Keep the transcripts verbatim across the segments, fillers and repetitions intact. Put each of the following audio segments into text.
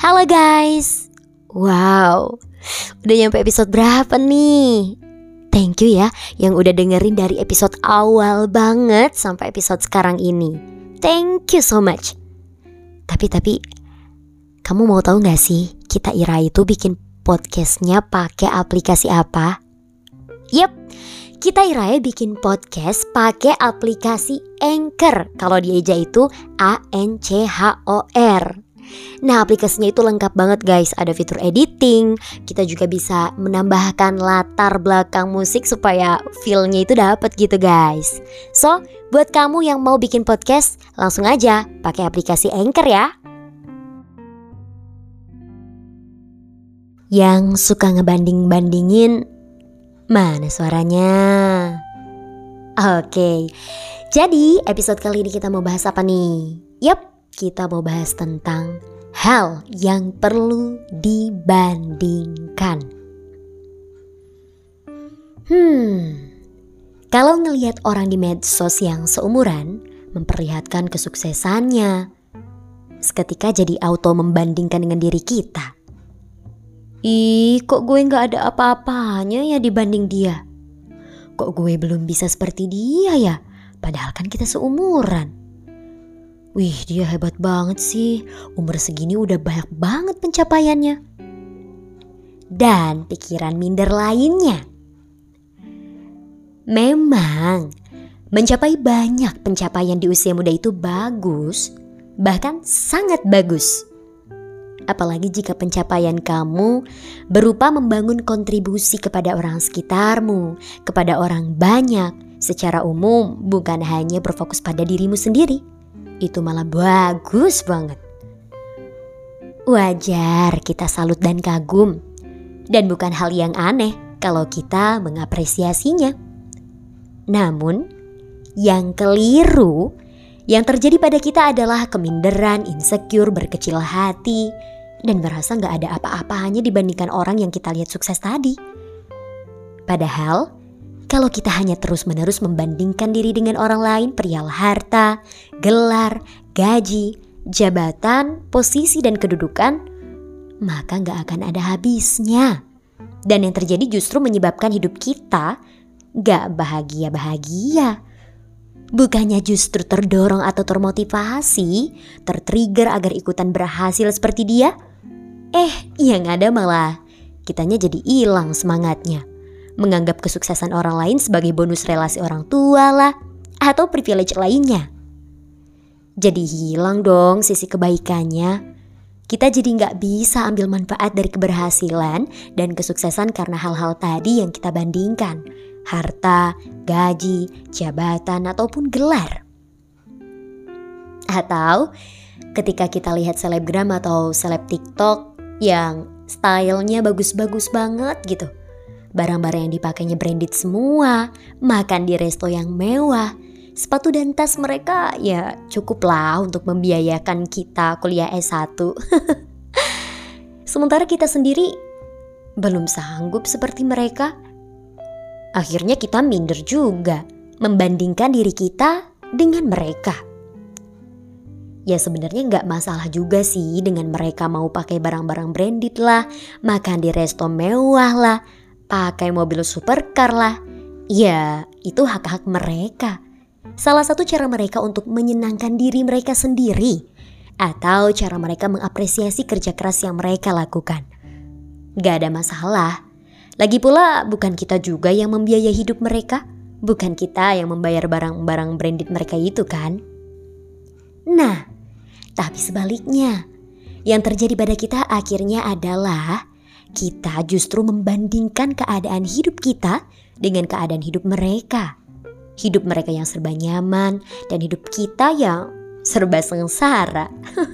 Halo guys. Wow, udah nyampe episode berapa nih? Thank you ya yang udah dengerin dari episode awal banget sampai episode sekarang ini. Thank you so much. Tapi tapi kamu mau tahu gak sih kita Ira itu bikin podcastnya pakai aplikasi apa? Yep, kita Ira bikin podcast pakai aplikasi Anchor. Kalau di Eja itu A N C H O R. Nah, aplikasinya itu lengkap banget guys. Ada fitur editing, kita juga bisa menambahkan latar belakang musik supaya feel-nya itu dapet gitu guys. So, buat kamu yang mau bikin podcast, langsung aja pakai aplikasi Anchor ya. Yang suka ngebanding-bandingin, mana suaranya? Oke, jadi episode kali ini kita mau bahas apa nih? Yap, kita mau bahas tentang hal yang perlu dibandingkan. Hmm, kalau ngelihat orang di medsos yang seumuran memperlihatkan kesuksesannya, seketika jadi auto membandingkan dengan diri kita. Ih, kok gue gak ada apa-apanya ya dibanding dia? Kok gue belum bisa seperti dia ya? Padahal kan kita seumuran. Wih, dia hebat banget sih. Umur segini udah banyak banget pencapaiannya. Dan pikiran minder lainnya. Memang, mencapai banyak pencapaian di usia muda itu bagus. Bahkan sangat bagus. Apalagi jika pencapaian kamu berupa membangun kontribusi kepada orang sekitarmu, kepada orang banyak. Secara umum, bukan hanya berfokus pada dirimu sendiri. Itu malah bagus banget. Wajar kita salut dan kagum. Dan bukan hal yang aneh kalau kita mengapresiasinya. Namun, yang keliru yang terjadi pada kita adalah keminderan, insecure, berkecil hati, dan merasa gak ada apa-apanya dibandingkan orang yang kita lihat sukses tadi. Padahal, kalau kita hanya terus-menerus membandingkan diri dengan orang lain perihal harta, gelar, gaji, jabatan, posisi, dan kedudukan, maka gak akan ada habisnya. Dan yang terjadi justru menyebabkan hidup kita gak bahagia-bahagia. Bukannya justru terdorong atau termotivasi, tertrigger agar ikutan berhasil seperti dia. Eh, yang ada malah kitanya jadi hilang semangatnya. Menganggap kesuksesan orang lain sebagai bonus relasi orang tua lah, atau privilege lainnya. Jadi hilang dong sisi kebaikannya. Kita jadi gak bisa ambil manfaat dari keberhasilan dan kesuksesan karena hal-hal tadi yang kita bandingkan. Harta, gaji, jabatan, ataupun gelar. Atau ketika kita lihat selebgram atau seleb TikTok yang stylenya bagus-bagus banget gitu. Barang-barang yang dipakainya branded semua, makan di resto yang mewah, sepatu dan tas mereka ya cukuplah untuk membiayakan kita kuliah S satu. Sementara kita sendiri belum sanggup seperti mereka. Akhirnya kita minder juga membandingkan diri kita dengan mereka. Ya sebenarnya gak masalah juga sih dengan mereka mau pakai barang-barang branded lah, makan di resto mewah lah, pakai mobil supercar lah. Ya itu hak-hak mereka. Salah satu cara mereka untuk menyenangkan diri mereka sendiri. Atau cara mereka mengapresiasi kerja keras yang mereka lakukan. Gak ada masalah. Lagi pula bukan kita juga yang membiayai hidup mereka. Bukan kita yang membayar barang-barang branded mereka itu kan. Nah, tapi sebaliknya. Yang terjadi pada kita akhirnya adalah kita justru membandingkan keadaan hidup kita dengan keadaan hidup mereka. Hidup mereka yang serba nyaman dan hidup kita yang serba sengsara.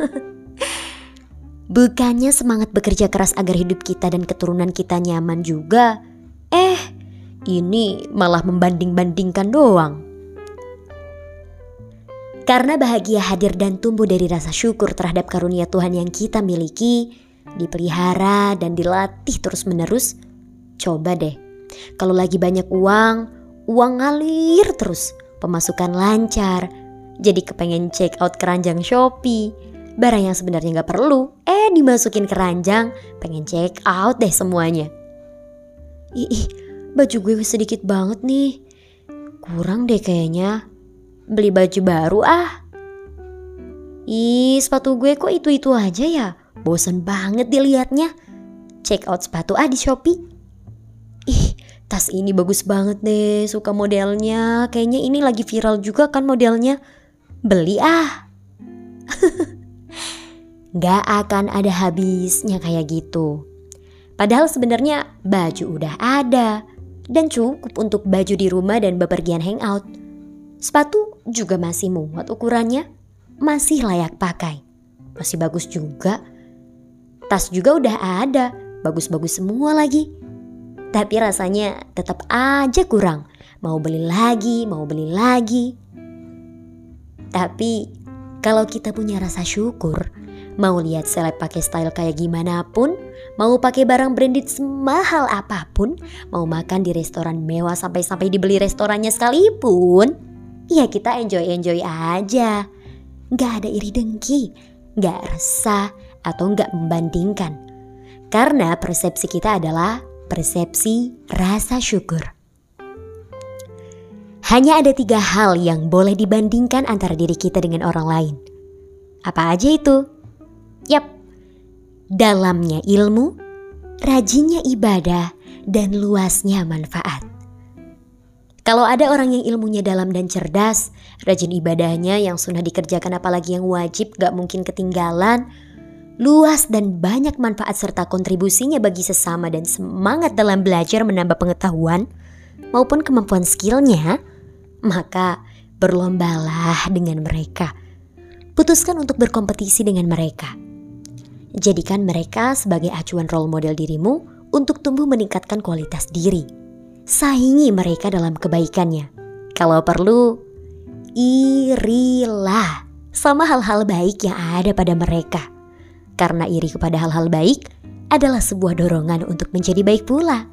Bukannya semangat bekerja keras agar hidup kita dan keturunan kita nyaman juga. Eh, ini malah membanding-bandingkan doang. Karena bahagia hadir dan tumbuh dari rasa syukur terhadap karunia Tuhan yang kita miliki, dipelihara dan dilatih terus-menerus. Coba deh, kalau lagi banyak uang, uang ngalir terus, pemasukan lancar, jadi kepengen check out keranjang Shopee, barang yang sebenarnya gak perlu, eh dimasukin ke ranjang, pengen check out deh semuanya. Ih, ih, baju gue sedikit banget nih, kurang deh kayaknya, beli baju baru ah. Ih, sepatu gue kok itu-itu aja ya, bosen banget dilihatnya. Check out sepatu ah di Shopee. Ih, tas ini bagus banget deh, suka modelnya, kayaknya ini lagi viral juga kan modelnya, beli ah. Gak akan ada habisnya kayak gitu. Padahal sebenarnya baju udah ada dan cukup untuk baju di rumah dan bepergian hangout. Sepatu juga masih muat ukurannya, masih layak pakai, masih bagus juga. Tas juga udah ada, bagus-bagus semua lagi. Tapi rasanya tetap aja kurang, mau beli lagi, mau beli lagi. Tapi kalau kita punya rasa syukur, mau lihat seleb pakai style kayak gimana pun, mau pakai barang branded semahal apapun, mau makan di restoran mewah sampai-sampai dibeli restorannya sekalipun, ya kita enjoy-enjoy aja. Gak ada iri dengki, gak resah atau gak membandingkan. Karena persepsi kita adalah persepsi rasa syukur. Hanya ada tiga hal yang boleh dibandingkan antara diri kita dengan orang lain. Apa aja itu? Yap, dalamnya ilmu, rajinnya ibadah, dan luasnya manfaat. Kalau ada orang yang ilmunya dalam dan cerdas, rajin ibadahnya yang sunnah dikerjakan apalagi yang wajib gak mungkin ketinggalan, luas dan banyak manfaat serta kontribusinya bagi sesama dan semangat dalam belajar menambah pengetahuan maupun kemampuan skillnya, maka berlombalah dengan mereka. Putuskan untuk berkompetisi dengan mereka. Jadikan mereka sebagai acuan role model dirimu untuk tumbuh meningkatkan kualitas diri. Saingi mereka dalam kebaikannya. Kalau perlu, irilah sama hal-hal baik yang ada pada mereka. Karena iri kepada hal-hal baik adalah sebuah dorongan untuk menjadi baik pula.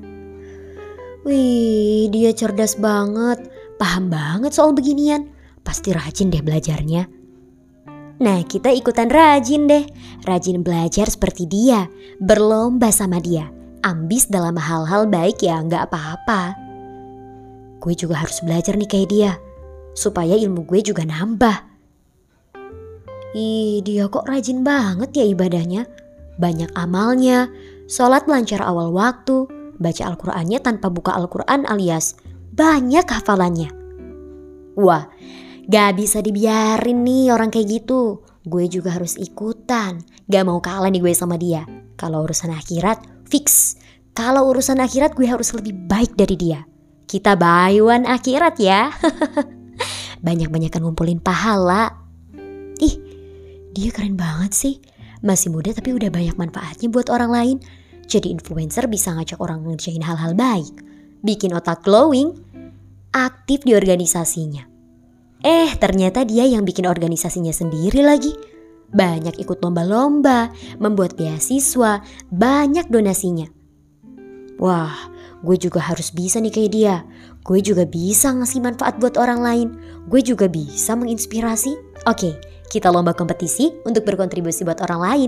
Wih, dia cerdas banget, paham banget soal beginian. Pasti rajin deh belajarnya. Nah, kita ikutan rajin deh. Rajin belajar seperti dia, berlomba sama dia. Ambis dalam hal-hal baik ya gak apa-apa. Gue juga harus belajar nih kayak dia, supaya ilmu gue juga nambah. Ih, dia kok rajin banget ya ibadahnya. Banyak amalnya, sholat lancar awal waktu, baca Al-Qur'annya tanpa buka Al-Qur'an alias banyak hafalannya. Wah, gak bisa dibiarin nih orang kayak gitu. Gue juga harus ikutan. Gak mau kalah nih gue sama dia. Kalau urusan akhirat, fix. Kalau urusan akhirat gue harus lebih baik dari dia. Kita bayuan akhirat ya. Banyak-banyakan ngumpulin pahala. Ih, dia keren banget sih. Masih muda tapi udah banyak manfaatnya buat orang lain. Jadi influencer bisa ngajak orang ngerjain hal-hal baik. Bikin otak glowing. Aktif di organisasinya. Eh, ternyata dia yang bikin organisasinya sendiri lagi. Banyak ikut lomba-lomba, membuat beasiswa, banyak donasinya. Wah, gue juga harus bisa nih kayak dia. Gue juga bisa ngasih manfaat buat orang lain. Gue juga bisa menginspirasi. Oke, kita lomba kompetisi untuk berkontribusi buat orang lain.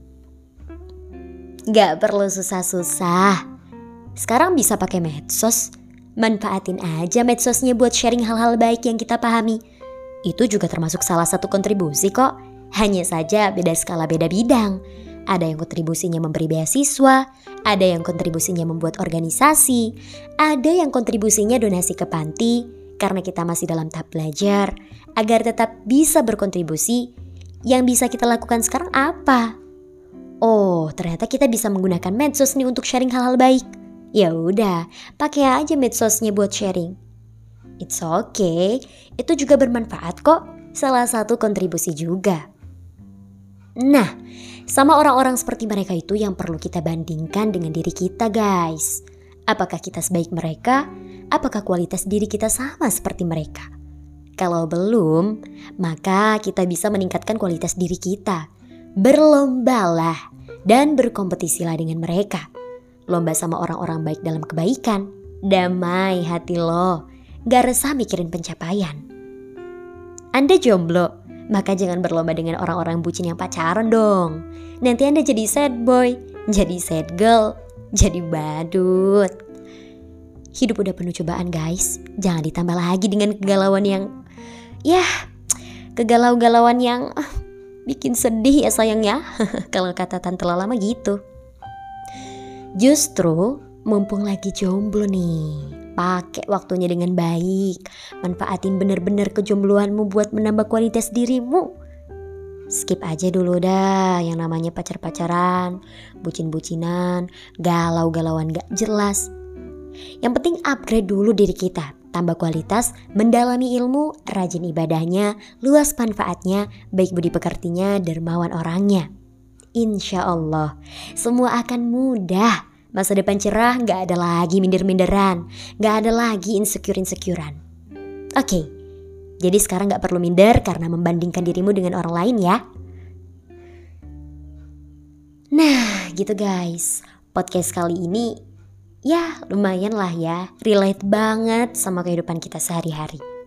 Gak perlu susah-susah. Sekarang bisa pakai medsos. Manfaatin aja medsosnya buat sharing hal-hal baik yang kita pahami. Itu juga termasuk salah satu kontribusi kok. Hanya saja beda skala, beda bidang. Ada yang kontribusinya memberi beasiswa, ada yang kontribusinya membuat organisasi, ada yang kontribusinya donasi ke panti karena kita masih dalam tahap belajar. Agar tetap bisa berkontribusi, yang bisa kita lakukan sekarang apa? Oh, ternyata kita bisa menggunakan medsos nih untuk sharing hal-hal baik. Ya udah, pakai aja medsosnya buat sharing. It's okay, itu juga bermanfaat kok. Salah satu kontribusi juga. Nah, sama orang-orang seperti mereka itu yang perlu kita bandingkan dengan diri kita, guys. Apakah kita sebaik mereka? Apakah kualitas diri kita sama seperti mereka? Kalau belum, maka kita bisa meningkatkan kualitas diri kita. Berlombalah dan berkompetisilah dengan mereka. Lomba sama orang-orang baik dalam kebaikan. Damai hati lo, gak resah mikirin pencapaian. Anda jomblo, Maka jangan berlomba dengan orang-orang bucin yang pacaran dong. Nanti Anda jadi sad boy, jadi sad girl, jadi badut. Hidup udah penuh cobaan guys. Jangan ditambah lagi dengan kegalauan yang Ya kegalau-galauan yang uh, bikin sedih ya sayang ya. Kalau kata Tante Lala mah gitu. Justru mumpung lagi jomblo nih, pakai waktunya dengan baik. Manfaatin bener-bener kejombloanmu buat menambah kualitas dirimu. Skip aja dulu dah yang namanya pacar-pacaran, bucin-bucinan, galau-galauan gak jelas. Yang penting upgrade dulu diri kita, tambah kualitas, mendalami ilmu, rajin ibadahnya, luas manfaatnya, baik budi pekertinya, dermawan orangnya. Insya Allah semua akan mudah. Masa depan cerah, gak ada lagi minder-minderan, gak ada lagi insecure-insecurean. Oke, jadi sekarang gak perlu minder karena membandingkan dirimu dengan orang lain ya. Nah gitu guys, podcast kali ini ya lumayan lah ya, relate banget sama kehidupan kita sehari-hari.